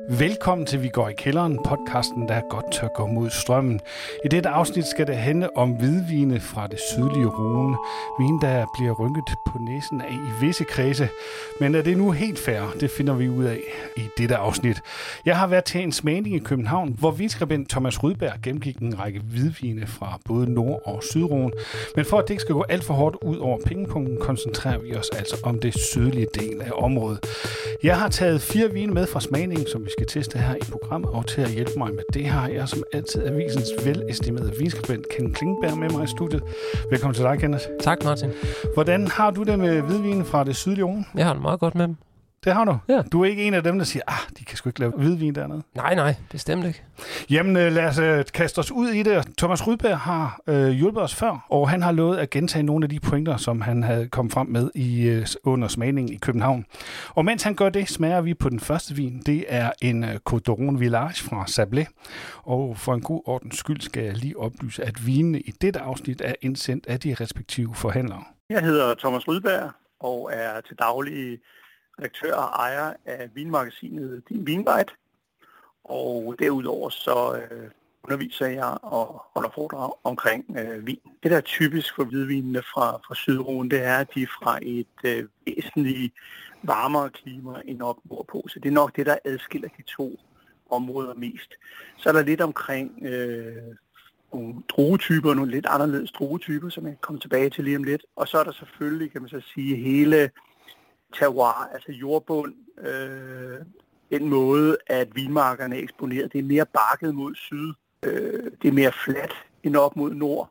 Velkommen til Vi går i kælderen, podcasten, der godt tør gå mod strømmen. I dette afsnit skal det handle om hvidvine fra det sydlige Rhône. Vin, der bliver rynket på næsen af i visse kredse. Men er det nu helt fair? Det finder vi ud af i dette afsnit. Jeg har været til en smagning i København, hvor vinskribent Thomas Rydberg gennemgik en række hvidvine fra både Nord- og Sydrhône. Men for at det ikke skal gå alt for hårdt ud over pengepunkten, koncentrerer vi os altså om det sydlige del af området. Jeg har taget 4 vine med fra smagningen, som vi skal teste her i programmet, og til at hjælpe mig med det har jeg som altid avisens velestimerede vinskribent Kenneth Klingberg med mig i studiet. Velkommen til dig, Kenneth. Tak, Martin. Hvordan har du det med hvidvin fra det sydlige Rhône? Jeg har det meget godt med dem. Det har du? Ja. Du er ikke en af dem, der siger, de kan sgu ikke lave hvidvin dernede. Nej, bestemt ikke. Jamen, lad os kaste os ud i det. Thomas Rydberg har hjulpet os før, og han har lovet at gentage nogle af de pointer, som han havde kommet frem med under smagningen i København. Og mens han gør det, smager vi på den første vin. Det er en Côte d'Aron Village fra Sablé. Og for en god ordens skyld skal jeg lige oplyse, at vinene i dette afsnit er indsendt af de respektive forhandlere. Jeg hedder Thomas Rydberg og er til daglig redaktør og ejer af vinmagasinet Din Vinguide, og derudover så underviser jeg og holder foredrag omkring vin. Det, der er typisk for hvidvinene fra Sydrhône, det er, at de er fra et væsentligt varmere klima end op nordpå. Så det er nok det, der adskiller de to områder mest. Så er der lidt omkring nogle druetyper, nogle lidt anderledes druetyper, som jeg kommer tilbage til lige om lidt. Og så er der selvfølgelig, kan man så sige, hele terroir, altså jordbund, den måde, at vinmarkerne er eksponeret. Det er mere bakket mod syd, det er mere fladt end op mod nord,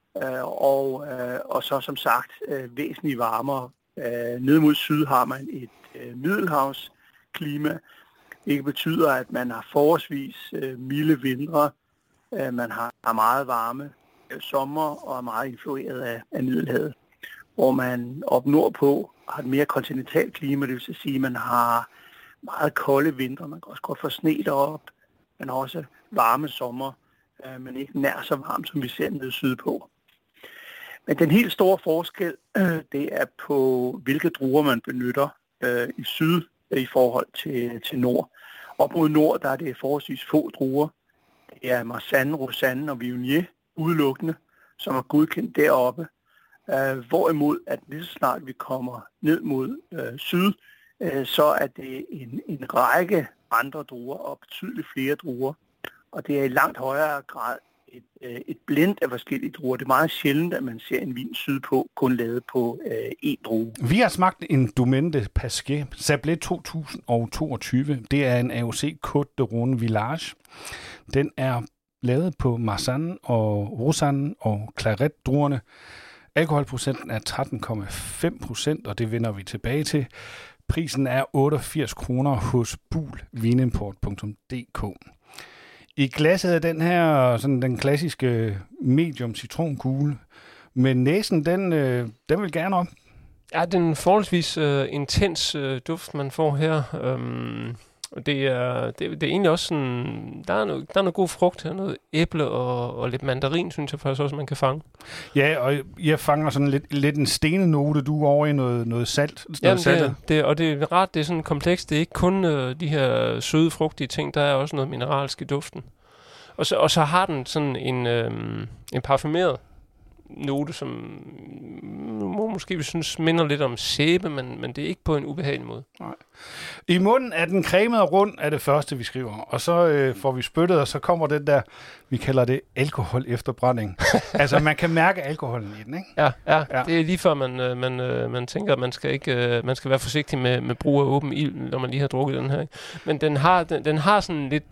og så som sagt væsentligt varmere. Ned mod syd har man et middelhavsklima, hvilket betyder, at man har forholdsvis milde vintre, man har meget varme sommer og er meget influeret af Middelhavet, hvor man op nordpå har et mere kontinentalt klima, det vil sige, at man har meget kolde vintre, man kan også godt få sne deroppe, men også varme sommer, men ikke nær så varmt, som vi ser nede sydpå. Men den helt store forskel, det er på, hvilke druer man benytter i syd i forhold til nord. Op mod nord, der er det forholdsvis få druer. Det er Marsanne, Rosanne og Viognier udelukkende, som er godkendt deroppe. Hvorimod, at lige så snart vi kommer ned mod syd, så er det en række andre druer og betydeligt flere druer. Og det er i langt højere grad et blend af forskellige druer. Det er meget sjældent, at man ser en vin sydpå kun lavet på én drue. Vi har smagt en Domaine de Pasquier Sablé 2022. Det er en AOC Côte d'Aron Village. Den er lavet på Marsanne og Rosanne og Claret-druerne. Alkoholprocenten er 13,5%, og det vender vi tilbage til. Prisen er 88 kroner hos bulvinimport.dk. I glasset er den her sådan den klassiske medium citronkugle, men næsen den vil gerne op. Ja, den forholdsvis intens duft, man får her. Og det er egentlig også sådan, der er noget god frugt her, noget æble og lidt mandarin, synes jeg faktisk også, man kan fange. Ja, og jeg fanger sådan lidt en stenenote, du er over i noget salt. Jamen, det er rart, det er sådan komplekst. Det er ikke kun de her søde, frugtige ting, der er også noget mineralsk i duften. Og så har den sådan en parfumeret note, som måske vi synes minder lidt om sæbe, men det er ikke på en ubehagelig måde. Nej. I munden er den cremet og rund af det første, vi skriver. Og så får vi spyttet, og så kommer den der, vi kalder det alkohol efter brænding. Altså, man kan mærke alkoholen i den, ikke? Ja. Det er lige før man tænker, at man skal være forsigtig med brug af åben ild, når man lige har drukket den her. Ikke? Men den har sådan lidt,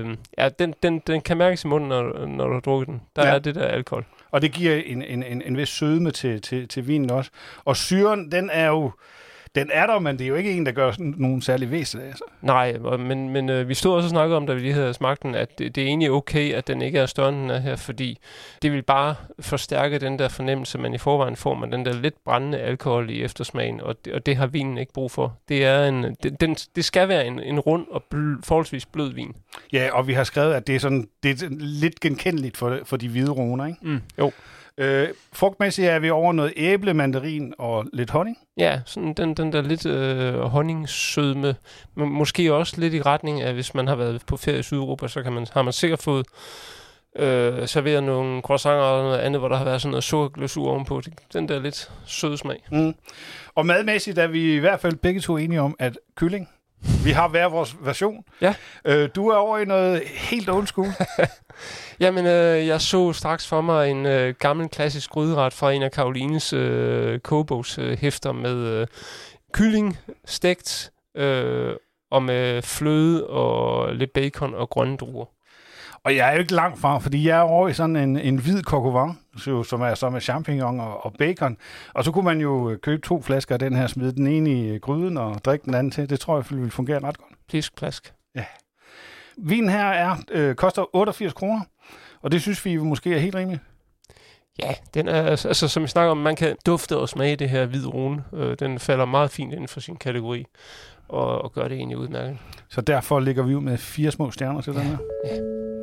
den kan mærkes i munden, når du har drukket den. Der er det der alkohol. Og det giver en vis sødme til vinen også. Og syren, den er der, men det er jo ikke en, der gør nogen særlig væsentligt. Altså. Nej, men vi stod også og snakkede om, da vi lige havde smagt den, at det er egentlig okay, at den ikke er større end den er her, fordi det vil bare forstærke den der fornemmelse, man i forvejen får, med den der lidt brændende alkohol i eftersmagen, og det har vinen ikke brug for. Det er det skal være en rund og forholdsvis blød vin. Ja, og vi har skrevet, at det er lidt genkendeligt for de hvide roner, ikke? Jo. Frugtmæssigt er vi over noget æble, mandarin og lidt honning. Ja, sådan den der lidt honningsødme, men måske også lidt i retning af, hvis man har været på ferie i Sydeuropa, så har man sikkert fået serveret nogle croissanter og noget andet, hvor der har været sådan noget sukkerglasur ovenpå. Den der lidt søde smag. Mm. Og madmæssigt er vi i hvert fald begge to enige om, at kylling, vi har hver vores version. Ja. Du er over i noget helt old school. Jamen, jeg så straks for mig en gammel klassisk gryderet fra en af Karolines kogebogs-hæfter med kylling, stegt og med fløde og lidt bacon og grønne druer. Og jeg er jo ikke langt fra, fordi jeg er over i sådan en hvid coq au vin, som er med champignon og bacon. Og så kunne man jo købe 2 flasker af den her, smide den ene i gryden og drikke den anden til. Det tror jeg vil fungere ret godt. Plask. Ja. Vinen her koster 88 kroner, og det synes vi måske er helt rimeligt. Ja, den er, altså som vi snakker om, man kan dufte og smage det her hvid rune. Den falder meget fint inden for sin kategori, og gør det egentlig udmærket. Så derfor ligger vi ud med 4 små stjerner til den her. Ja.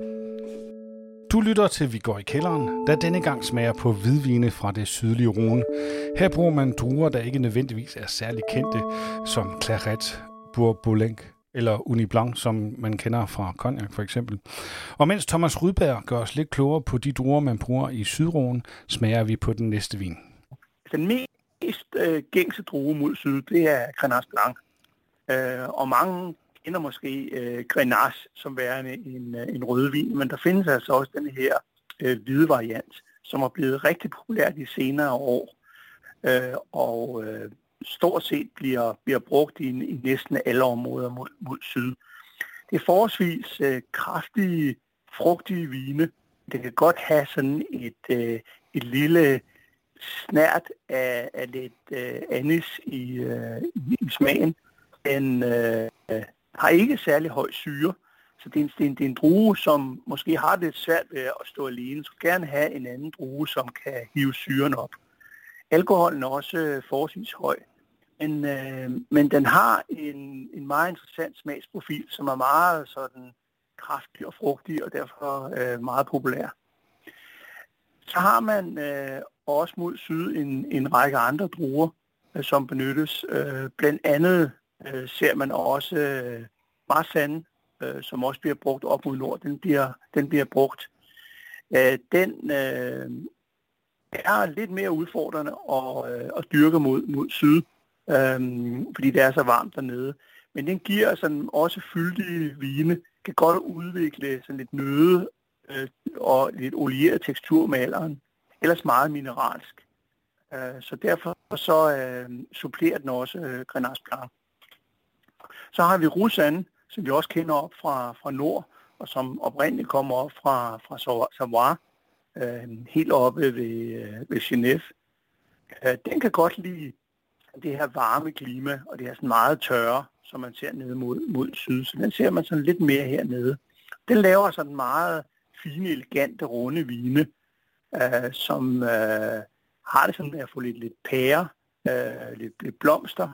Du lytter til Vi går i kælderen, der denne gang smager på hvidvine fra det sydlige Rhône. Her bruger man druer, der ikke nødvendigvis er særlig kendte, som Claret, Bourboulenc eller Uni Blanc, som man kender fra cognac for eksempel. Og mens Thomas Rydberg gør os lidt klogere på de druer, man bruger i Sydrhône, smager vi på den næste vin. Den mest gængse drue mod syd, det er Grenache Blanc. Og mange kender måske Grenache som værende en rødvin, men der findes altså også den her hvide variant, som er blevet rigtig populær de senere år, og stort set bliver brugt i næsten alle områder mod syd. Det er forholdsvis kraftige, frugtige vine. Det kan godt have sådan et lille snært af lidt anis i smagen. Den har ikke særlig høj syre, så det er en drue, som måske har det svært ved at stå alene. Så gerne have en anden drue, som kan hive syren op. Alkoholen er også forholdsvis høj, men den har en meget interessant smagsprofil, som er meget sådan kraftig og frugtig og derfor meget populær. Så har man også mod syd en række andre druer, som benyttes. Blandt andet ser man også Marsanne, som også bliver brugt op mod nord. Den bliver brugt. Den er lidt mere udfordrende at dyrke mod syd, fordi det er så varmt dernede. Men den giver sådan også fyldige vine, kan godt udvikle sådan lidt nøde og lidt olieret tekstur med alderen. Ellers meget mineralsk. Så derfor supplerer den også Grenache Blanc. Så har vi Roussanne, som vi også kender op fra nord, og som oprindeligt kommer op fra Savoie, helt oppe ved Genève. Den kan godt lide det her varme klima, og det er sådan meget tørre, som man ser nede mod syd. Så den ser man sådan lidt mere hernede. Den laver sådan meget fine, elegante, runde vine, som har det sådan med at få lidt pære, lidt blomster,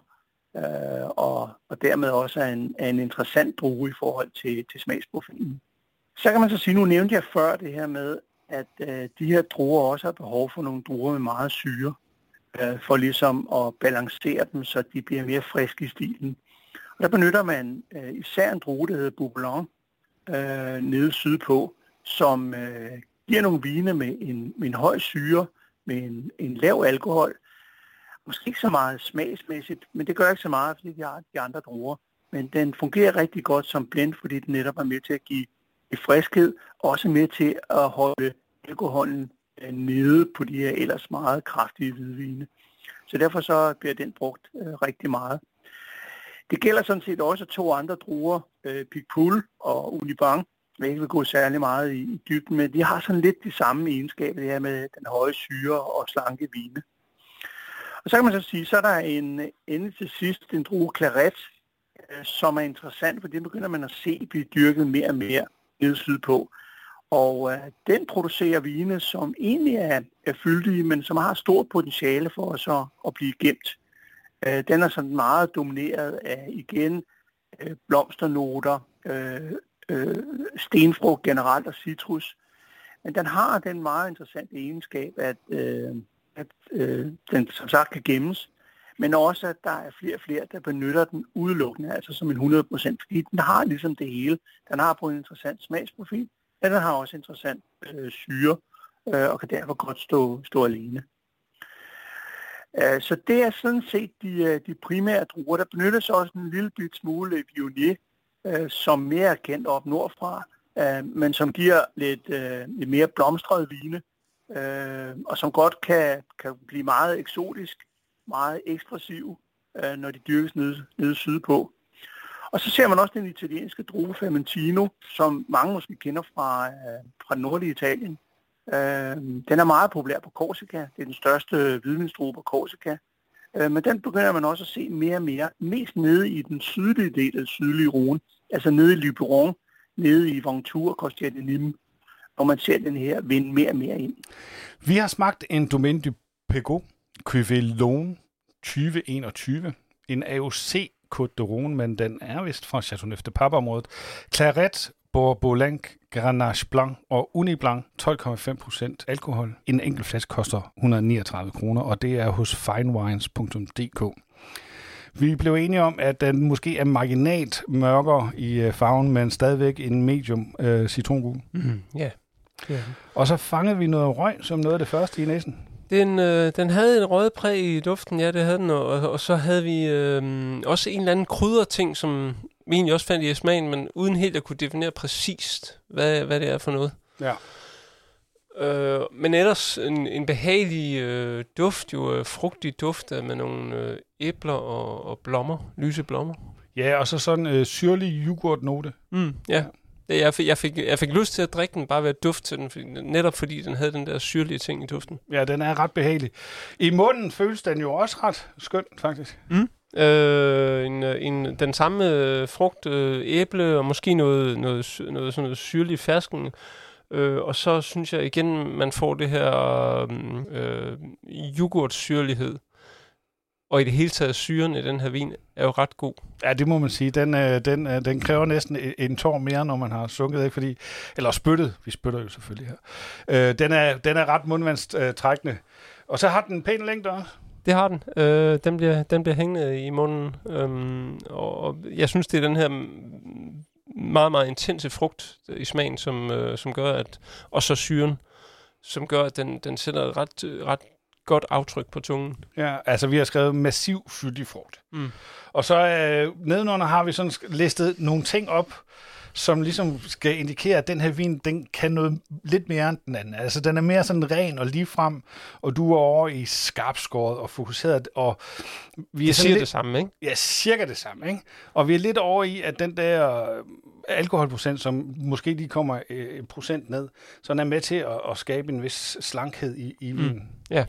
og dermed også er en interessant drue i forhold til smagsprofilen. Så kan man så sige, nu nævnte jeg før det her med, at de her druer også har behov for nogle druer med meget syre, for ligesom at balancere dem, så de bliver mere friske i stilen. Og der benytter man især en drue, der hedder Bourboulenc, nede sydpå, som giver nogle vine med en høj syre, med en lav alkohol. Måske ikke så meget smagsmæssigt, men det gør ikke så meget, fordi de har de andre druer. Men den fungerer rigtig godt som blend, fordi den netop er med til at give friskhed, og også med til at holde alkoholen nede på de her ellers meget kraftige hvidvine. Så derfor så bliver den brugt rigtig meget. Det gælder sådan set også 2 andre druer, Picpoul og Uni Blanc. Jeg ikke vil gå særlig meget i dybden, men de har sådan lidt de samme egenskaber, det her med den høje syre og slanke vine. Og så kan man så sige, så er der endelig til sidst en drue Claret, som er interessant, for det begynder man at se blive dyrket mere og mere nede sydpå. Og den producerer vine, som egentlig er fyldige, men som har stort potentiale for så at blive gemt. Den er sådan meget domineret af igen blomsternoter, stenfrugt generelt og citrus. Men den har den meget interessante egenskab, at den som sagt kan gemmes, men også, at der er flere og flere, der benytter den udelukkende, altså som en 100%, fordi den har ligesom det hele. Den har både en interessant smagsprofil, men den har også interessant syre, og kan derfor godt stå alene. Så det er sådan set de primære druer. Der benyttes også en lille bit smule Viognier, som mere er kendt op nordfra, men som giver lidt mere blomstrede vine, og som godt kan blive meget eksotisk, meget ekspressiv, når de dyrkes nede sydpå. Og så ser man også den italienske drue Fermentino, som mange måske kender fra det nordlige Italien. Den er meget populær på Korsika. Det er den største hvidvinsdrue på Korsika. Men den begynder man også at se mere og mere, mest nede i den sydlige del af det sydlige Rhône, altså nede i Luberon, nede i Ventoux og Costière de Nîmes, hvor man ser den her vinde mere og mere ind. Vi har smagt en Domaine du Périgord, Cuvée Launes 2021, en AOC Côte de Rhône, men den er vist fra Châteauneuf-de-Pape-området. Claret, Bordeaux Blanc, Grenache Blanc og Uni Blanc, 12,5% alkohol. En enkelt flaske koster 139 kroner, og det er hos finewines.dk. Vi blev enige om, at den måske er marginalt mørkere i farven, men stadigvæk en medium citrongul. Ja. Og så fangede vi noget røg som noget af det første i næsen. Den havde en rødpræg i duften, ja, det havde den, og så havde vi også en eller anden krydderting, som vi egentlig også fandt i smagen, men uden helt at kunne definere præcist, hvad det er for noget. Ja. Men ellers en behagelig duft, jo frugtig duft med nogle æbler og blommer, lyse blommer. Ja, og så sådan syrlig yoghurtnote. Ja. Jeg fik lyst til at drikke den, bare ved at dufte til den, netop fordi den havde den der syrlige ting i duften. Ja, den er ret behagelig. I munden føles den jo også ret skønt, faktisk. Den samme frugt, æble og måske noget sådan noget syrlig fersken. Og så synes jeg igen, man får det her yoghurtsyrlighed. Og i det hele taget, syren i den her vin er jo ret god. Ja, det må man sige. Den kræver næsten en tår mere, når man har sunket, ikke? Fordi, eller spyttet. Vi spytter jo selvfølgelig her. Den er ret mundvandstrækkende. Og så har den en pæn længde også. Det har den. Den bliver hængende i munden. Og jeg synes, det er den her meget, meget intense frugt i smagen, som gør, at... Og så syren, som gør, at den sætter et ret godt aftryk på tungen. Ja, altså vi har skrevet massiv fyldig frugt. Og så nedenunder har vi sådan listet nogle ting op, som ligesom skal indikere, at den her vin, den kan noget lidt mere end den anden. Altså den er mere sådan ren og ligefrem, og du er over i skarpskåret og fokuseret. Og vi er siger det samme, ikke? Ja, cirka det samme, ikke? Og vi er lidt over i, at den der alkoholprocent, som måske lige kommer et procent ned, så den er med til at skabe en vis slankhed i vinen. Ja,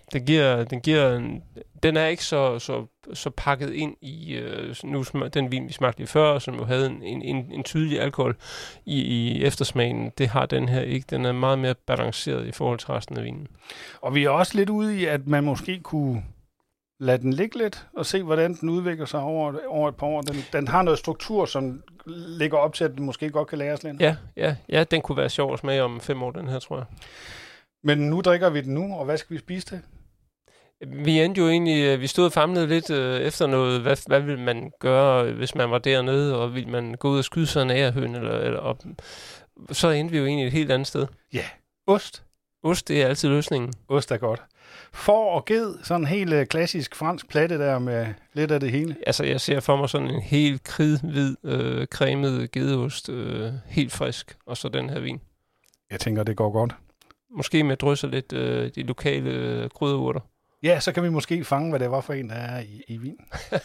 den er ikke så pakket ind i den vin, vi smagte lige før, som jo havde en tydelig alkohol i eftersmagen. Det har den her ikke. Den er meget mere balanceret i forhold til resten af vinen. Og vi er også lidt ude i, at man måske kunne lade den ligge lidt og se, hvordan den udvikler sig over et par år. Den har noget struktur, som ligger op til, at den måske godt kan læres lidt. Ja, den kunne være sjov at smage om 5 år, den her, tror jeg. Men nu drikker vi den nu, og hvad skal vi spise til? Vi endte jo egentlig, vi stod og famlede lidt efter noget, hvad vil man gøre, hvis man var dernede, og vil man gå ud og skyde sig en agerhøn, eller så endte vi jo egentlig et helt andet sted. Ja, ost. Ost, det er altid løsningen. Ost er godt. Får og ged, sådan en helt klassisk fransk platte der med lidt af det hele. Altså, jeg ser for mig sådan en helt kridhvid, cremet gedeost, helt frisk, og så den her vin. Jeg tænker, det går godt. Måske med drysser lidt de lokale krydderurter. Ja, så kan vi måske fange, hvad det var for en, der er i vin.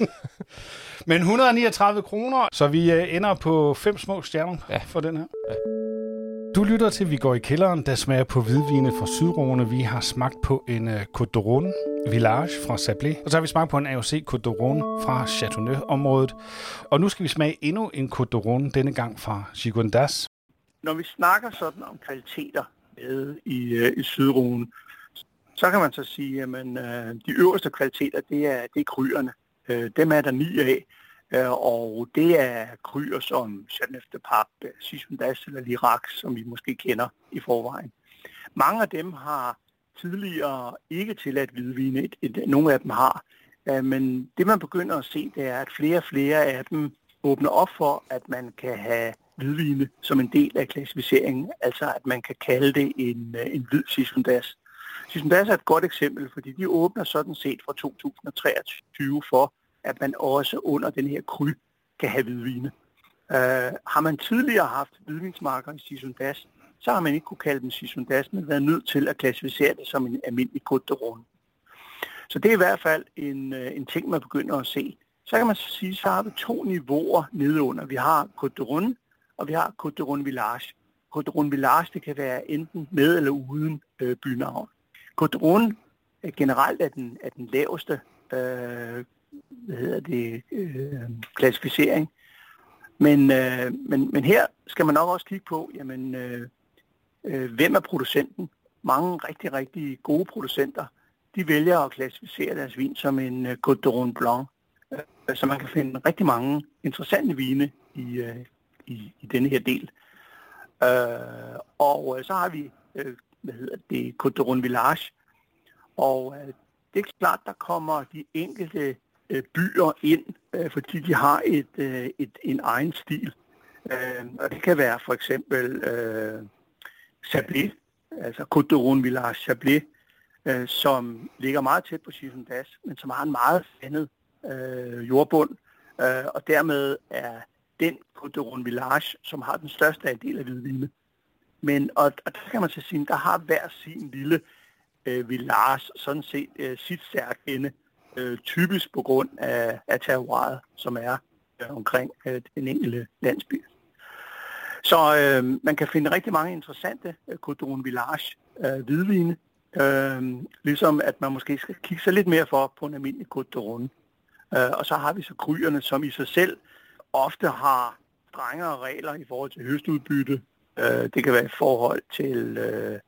Men 139 kroner, så vi ender på 5 små stjerner for den her. Ja. Du lytter til Vi går i kælderen, der smager på hvidvine fra Sydrhône. Vi har smagt på en Côte de Rhône Village fra Sablé, og så har vi smagt på en AOC Côte de Rhône fra Châteauneuf-området. Og nu skal vi smage endnu en Côte de Rhône, denne gang fra Gigondas. Når vi snakker sådan om kvaliteter med i Sydrhône, så kan man så sige, at de øverste kvaliteter, det er kryerne. Dem er der 9 af. Og det er kryer som Châteauneuf-de-Pape, Gigondas eller Lirac, som vi måske kender i forvejen. Mange af dem har tidligere ikke tilladt hvidvine, nogle af dem har. Men det man begynder at se, det er, at flere og flere af dem åbner op for, at man kan have hvidvine som en del af klassificeringen. Altså at man kan kalde det en hvid Gismondas. Gismondas er et godt eksempel, fordi de åbner sådan set fra 2023 for, at man også under den her kry kan have hvidvine. Har man tidligere haft hvidvinsmarker i Gismondas, så har man ikke kunne kalde dem Gismondas, men været nødt til at klassificere det som en almindelig Côte de Rhône. Så det er i hvert fald en ting, man begynder at se. Så kan man sige, så har vi 2 niveauer nedenunder. Vi har Côte de Rhône, og vi har Côte de Rhône Village. Côte de Rhône Village, det kan være enten med eller uden bynavn. Côte de Rhône generelt er den laveste klassificering. Men her skal man nok også kigge på, jamen, hvem er producenten? Mange rigtig, rigtig gode producenter, de vælger at klassificere deres vin som en Côte de Rhône Blanc. Så man kan finde rigtig mange interessante vine i denne her del. Og så har vi, Côte de Rhône Village. Og det er klart, der kommer de enkelte byer ind, fordi de har en egen stil. Og det kan være for eksempel Chablais, altså Côte de Rhône Village Chablais, som ligger meget tæt på Gismondas, men som har en meget fandet jordbund, og dermed er den Côte de Rhône Village, som har den største andel af hvidvine. Men, og der kan man så sige, der har hver sin lille village sådan set sit særkende, typisk på grund af terroiret, som er omkring den enkelte landsby. Så man kan finde rigtig mange interessante Côte de Rhône Village hvidvine, ligesom at man måske skal kigge sig lidt mere for på en almindelig Côte de Rhône. Og så har vi så kryerne, som i sig selv ofte har strengere regler i forhold til høstudbytte. Det kan være i forhold til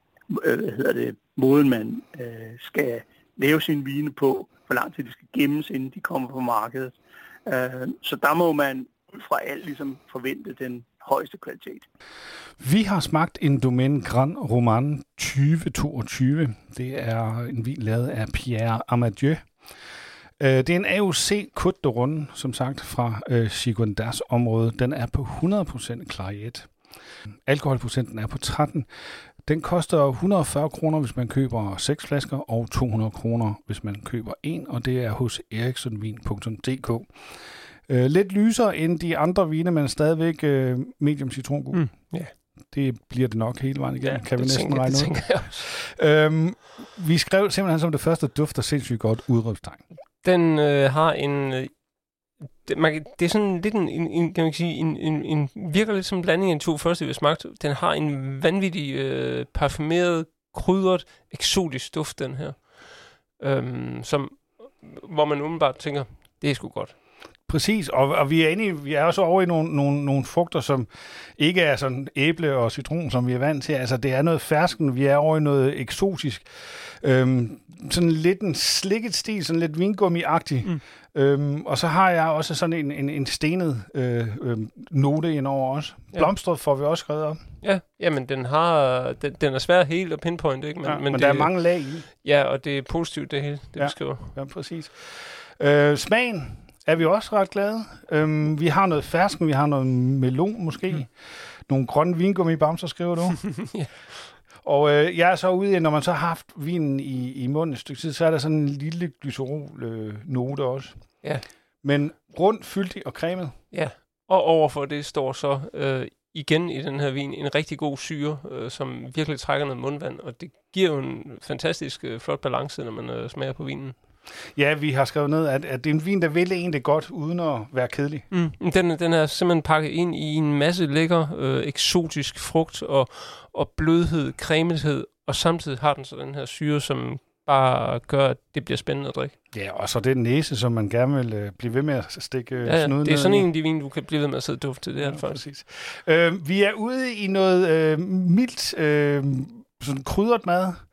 måden man skal lave sine vine på, hvor lang tid de skal gemmes, inden de kommer på markedet. Så der må man ud fra alt ligesom forvente den højeste kvalitet. Vi har smagt en Domaine Grand Roman 2022. Det er en vin lavet af Pierre Amadieu. Det er en AOC Côte de Rhône, som sagt, fra Gigondas-området. Den er på 100% Clairette. Alkoholprocenten er på 13. Den koster 140 kroner, hvis man køber 6 flasker, og 200 kroner, hvis man køber 1, og det er hos ericssonvin.dk. Lidt lysere end de andre vine, men stadigvæk medium citrongul. Yeah. Det bliver det nok hele vejen igen, kan vi næsten regne ud. Vi skrev simpelthen som det første, dufter sindssygt godt udråbstegn. Den har en... det er sådan lidt en kan man sige, en virker lidt som en blanding af de 2 første, vi har smagt. Den har en vanvittig parfumeret, krydret, eksotisk duft, den her. Hvor man umiddelbart tænker, det er sgu godt. Præcis, og vi er også over i nogle frugter, som ikke er sådan æble og citron, som vi er vant til. Altså, det er noget fersken, vi er over i noget eksotisk. Sådan lidt en slikket stil, sådan lidt vingummi-agtig. Og så har jeg også sådan en stenet note indover også. Blomstret får vi også skrevet op. Ja, jamen den er svær helt at pinpointe, ikke? Men der er mange lag i. Ja, og det er positivt det hele, det beskriver. Ja, præcis. Smagen er vi også ret glade. Vi har noget fersken, vi har noget melon måske. Nogle grønne vingummibamser, skriver du. Ja. Og jeg er så ude i, når man så har haft vinen i munden et stykke tid, så er der sådan en lille glycerol-note også. Ja. Men rundt, fyldig og cremet. Ja, og overfor det står så igen i den her vin en rigtig god syre, som virkelig trækker noget mundvand, og det giver jo en fantastisk flot balance, når man smager på vinen. Ja, vi har skrevet ned, at det er en vin, der vil egentlig godt, uden at være kedelig. Den er simpelthen pakket ind i en masse lækker, eksotisk frugt og blødhed, cremethed, og samtidig har den så den her syre, som bare gør, at det bliver spændende at drikke. Ja, og så den næse, som man gerne vil blive ved med at stikke snuden ned. Det er sådan en af de vin, du kan blive ved med at sidde og dufte til. Det her, præcis. Vi er ude i noget mildt, sådan krydret mad.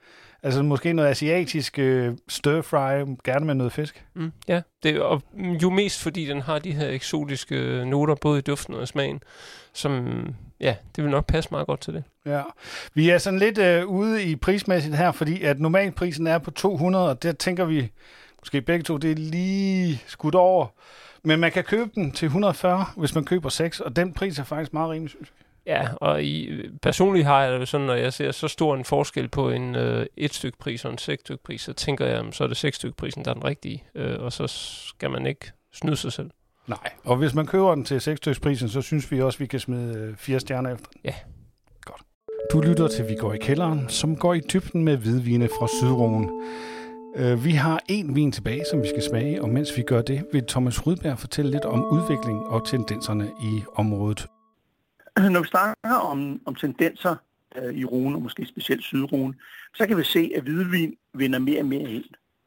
Altså måske noget asiatisk stir-fry, gerne med noget fisk. Ja, og jo mest fordi den har de her eksotiske noter, både i duften og i smagen, som, ja, det vil nok passe meget godt til det. Ja, vi er sådan lidt ude i prismæssigt her, fordi at normalprisen er på 200, og der tænker vi, måske begge to, det er lige skudt over. Men man kan købe den til 140, hvis man køber 6, og den pris er faktisk meget rimelig, synes jeg. Ja, og personligt har jeg det jo sådan, når jeg ser så stor en forskel på en et stykke pris og en 6 stykke pris, så tænker jeg, så er det 6 stykke prisen, der er den rigtige, og så skal man ikke snyde sig selv. Nej, og hvis man køber den til 6 stykke prisen, så synes vi også, vi kan smide 4 stjerner efter den. Ja. Godt. Du lytter til Vi går i kælderen, som går i dybden med hvidvine fra Sydrhonen. Vi har en vin tilbage, som vi skal smage, og mens vi gør det, vil Thomas Rydberg fortælle lidt om udvikling og tendenserne i området. Når vi snakker om tendenser i Rhône, og måske specielt Sydrhonen, så kan vi se, at hvidvin vinder mere og mere ind.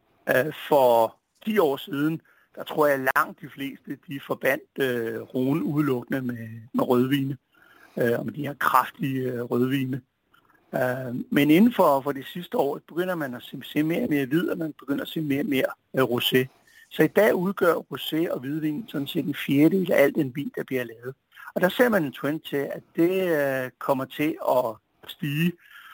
For 10 år siden, der tror jeg langt de fleste, de forbandt Rhône udelukkende med rødvine, og med de her kraftige rødvine. Men inden for de sidste år, begynder man at se mere og mere hvid, og man begynder at se mere og mere rosé. Så i dag udgør rosé og hvidvin sådan set en fjerdedel af al den vin, der bliver lavet. Og der ser man en trend til, at det kommer til at stige.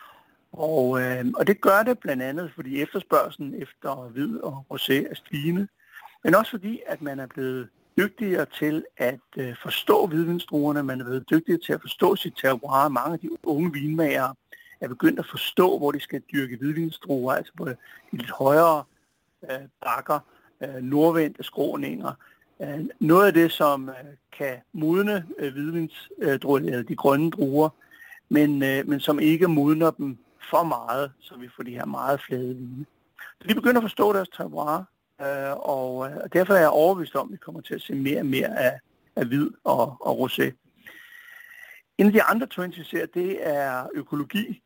Og det gør det blandt andet, fordi efterspørgselen efter hvid og rosé er stigende. Men også fordi, at man er blevet dygtigere til at forstå hvidvinsdruerne. Man er blevet dygtigere til at forstå sit terroir. Mange af de unge vinmagere er begyndt at forstå, hvor de skal dyrke hvidvinsdruer, altså på de lidt højere bakker, nordvendte skråninger. Noget af det, som kan modne hvidvinsdruer, de grønne druer, men som ikke modner dem for meget, så vi får de her meget flade vine. Så de begynder at forstå deres terroir, og derfor er jeg overbevist om, at vi kommer til at se mere og mere af hvid og rosé. En af de andre trends, vi ser, det er økologi.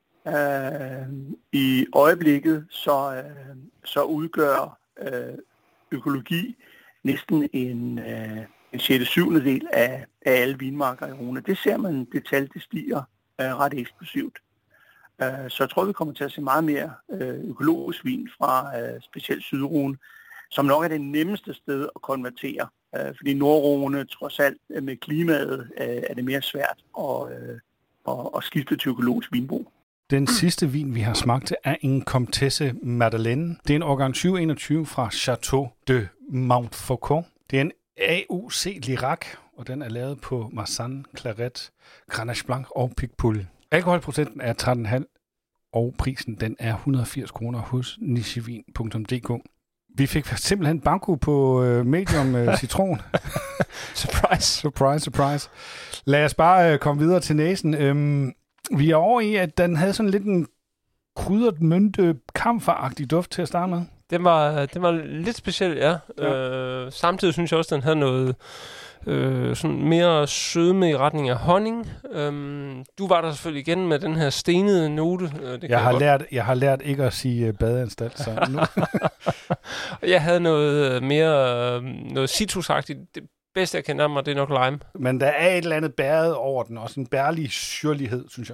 I øjeblikket så udgør økologi næsten en 6/7 del af alle vinmarker i Rhône. Det ser man, det tal, det stiger ret eksplosivt. Så jeg tror, vi kommer til at se meget mere økologisk vin fra specielt Sydrhonen, som nok er det nemmeste sted at konvertere. Fordi Nordrhône, trods alt med klimaet, er det mere svært at skifte til økologisk vinbrug. Den sidste vin, vi har smagt, er en Comtesse Madeleine. Det er en årgang 2021 fra Château de Montfaucon. Det er en AOC Lirac, og den er lavet på Marsanne, Claret, Grenache Blanc og Picpoul. Alkoholprocenten er 13,5, og prisen den er 180 kroner hos nichevin.dk. Vi fik simpelthen banko på medium citron. Surprise. Lad os bare komme videre til næsen. Vi er over i, at den havde sådan lidt en krydret, mynte, kamferagtig duft til at starte med. Den var lidt speciel, ja. Samtidig synes jeg også, den havde noget sådan mere sødme i retning af honning. Du var der selvfølgelig igen med den her stenede note. Jeg har lært ikke at sige badeanstalt, så nu. Jeg havde noget mere noget citrusagtigt. Det bedste, jeg kan nærme mig, det er nok lime. Men der er et eller andet bæret over den, også en bærlig syrlighed, synes jeg.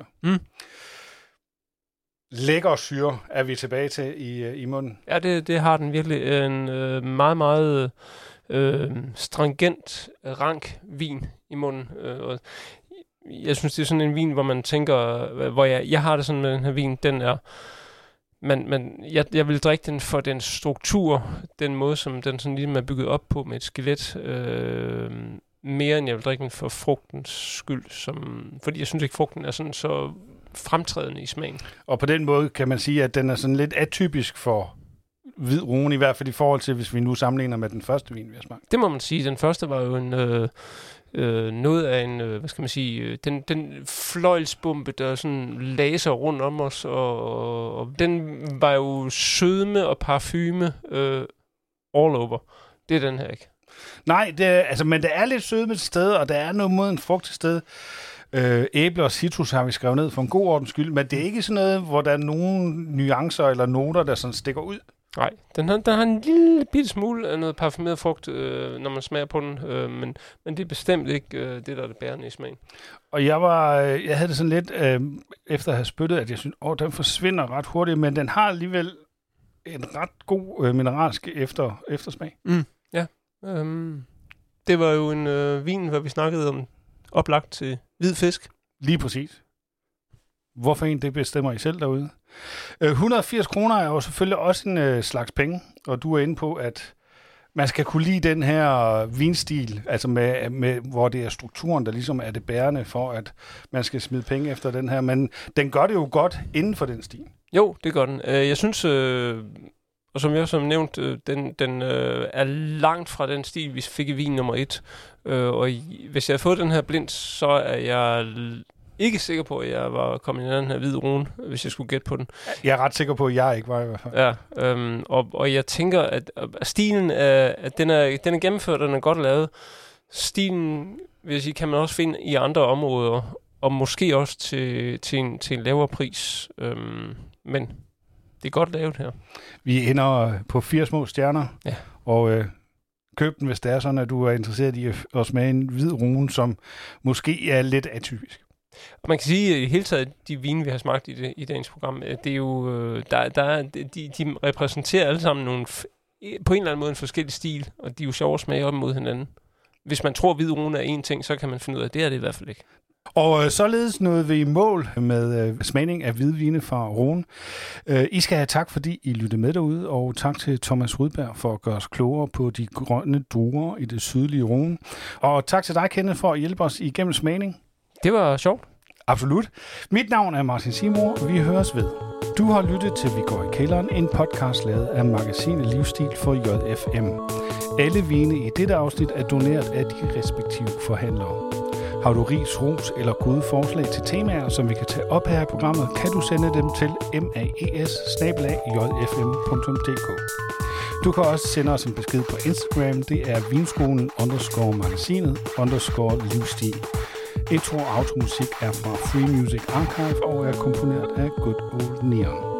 Lækker syre er vi tilbage til i munden. Ja, det har den virkelig. En meget, meget stringent, rank vin i munden. Og jeg synes, det er sådan en vin, hvor man tænker, hvor jeg har det sådan med den her vin, den er, jeg vil drikke den for den struktur, den måde, som den sådan lige er bygget op på med et skelet, mere end jeg vil drikke den for frugtens skyld, fordi jeg synes ikke, frugten er sådan så fremtrædende i smagen. Og på den måde kan man sige, at den er sådan lidt atypisk for hvid Rhône, i hvert fald i forhold til, hvis vi nu sammenligner med den første vin, vi har smagt. Det må man sige. Den første var jo en noget af en, hvad skal man sige, den fløjlsbombe, der sådan laser rundt om os, og den var jo sødme og parfume all over. Det er den her ikke. Nej, men der er lidt sødme til stede, og der er noget mod en frugt til stede. Æble og citrus har vi skrevet ned for en god ordens skyld, men det er ikke sådan noget, hvor der er nogle nuancer eller noter, der sådan stikker ud. Nej, den har en lille bitte smule af noget parfumeret frugt, når man smager på den, men det er bestemt ikke det, der er det bærende i smagen. Og jeg havde det sådan lidt, efter at have spyttet, at jeg synes, den forsvinder ret hurtigt, men den har alligevel en ret god mineralsk eftersmag. Ja, det var jo en vin, hvor vi snakkede om oplagt til hvid fisk. Lige præcis. Hvorfor det bestemmer I selv derude. 180 kroner er jo selvfølgelig også en slags penge, og du er inde på, at man skal kunne lide den her vinstil, altså med hvor det er strukturen, der ligesom er det bærende for, at man skal smide penge efter den her, men den gør det jo godt inden for den stil. Jo, det gør den. Jeg synes, og som jeg også har nævnt, den er langt fra den stil, vi fik i vin nummer 1, og hvis jeg havde fået den her blind, så er jeg ikke sikker på, at jeg var kommet i den her hvide rune, hvis jeg skulle gætte på den. Jeg er ret sikker på, at jeg ikke var i hvert fald. Ja, og jeg tænker, at stilen den er gennemført, den er godt lavet. Stilen, vil jeg sige, kan man også finde i andre områder, og måske også til en lavere pris. Men det er godt lavet her. Vi ender på 4 små stjerner, ja. Og køb den, hvis det er sådan, at du er interesseret i at smage en hvid rune, som måske er lidt atypisk. Og man kan sige, at i hele taget, de vine, vi har smagt i dagens program, det er jo, de repræsenterer alle sammen på en eller anden måde en forskellig stil, og de er jo sjove at smage op mod hinanden. Hvis man tror, at hvid rune er én ting, så kan man finde ud af, at det er det i hvert fald ikke. Og således nåede vi i mål med smagning af hvidvine fra Rhône. I skal have tak, fordi I lyttede med derude, og tak til Thomas Rudberg for at gøre os klogere på de grønne druer i det sydlige Rhône. Og tak til dig, Kenneth, for at hjælpe os igennem smagning. Det var sjovt. Absolut. Mit navn er Martin Seymour, og vi høres ved. Du har lyttet til Vi går i kælderen, en podcast lavet af magasinet Livsstil for JFM. Alle vine i dette afsnit er doneret af de respektive forhandlere. Har du ris, ros eller gode forslag til temaer, som vi kan tage op her i programmet, kan du sende dem til maes@jfm.dk. Du kan også sende os en besked på Instagram. Det er vinskolen_magasinet_livsstil. Intro og automusik er fra Free Music Archive og er komponeret af Good Old Neon.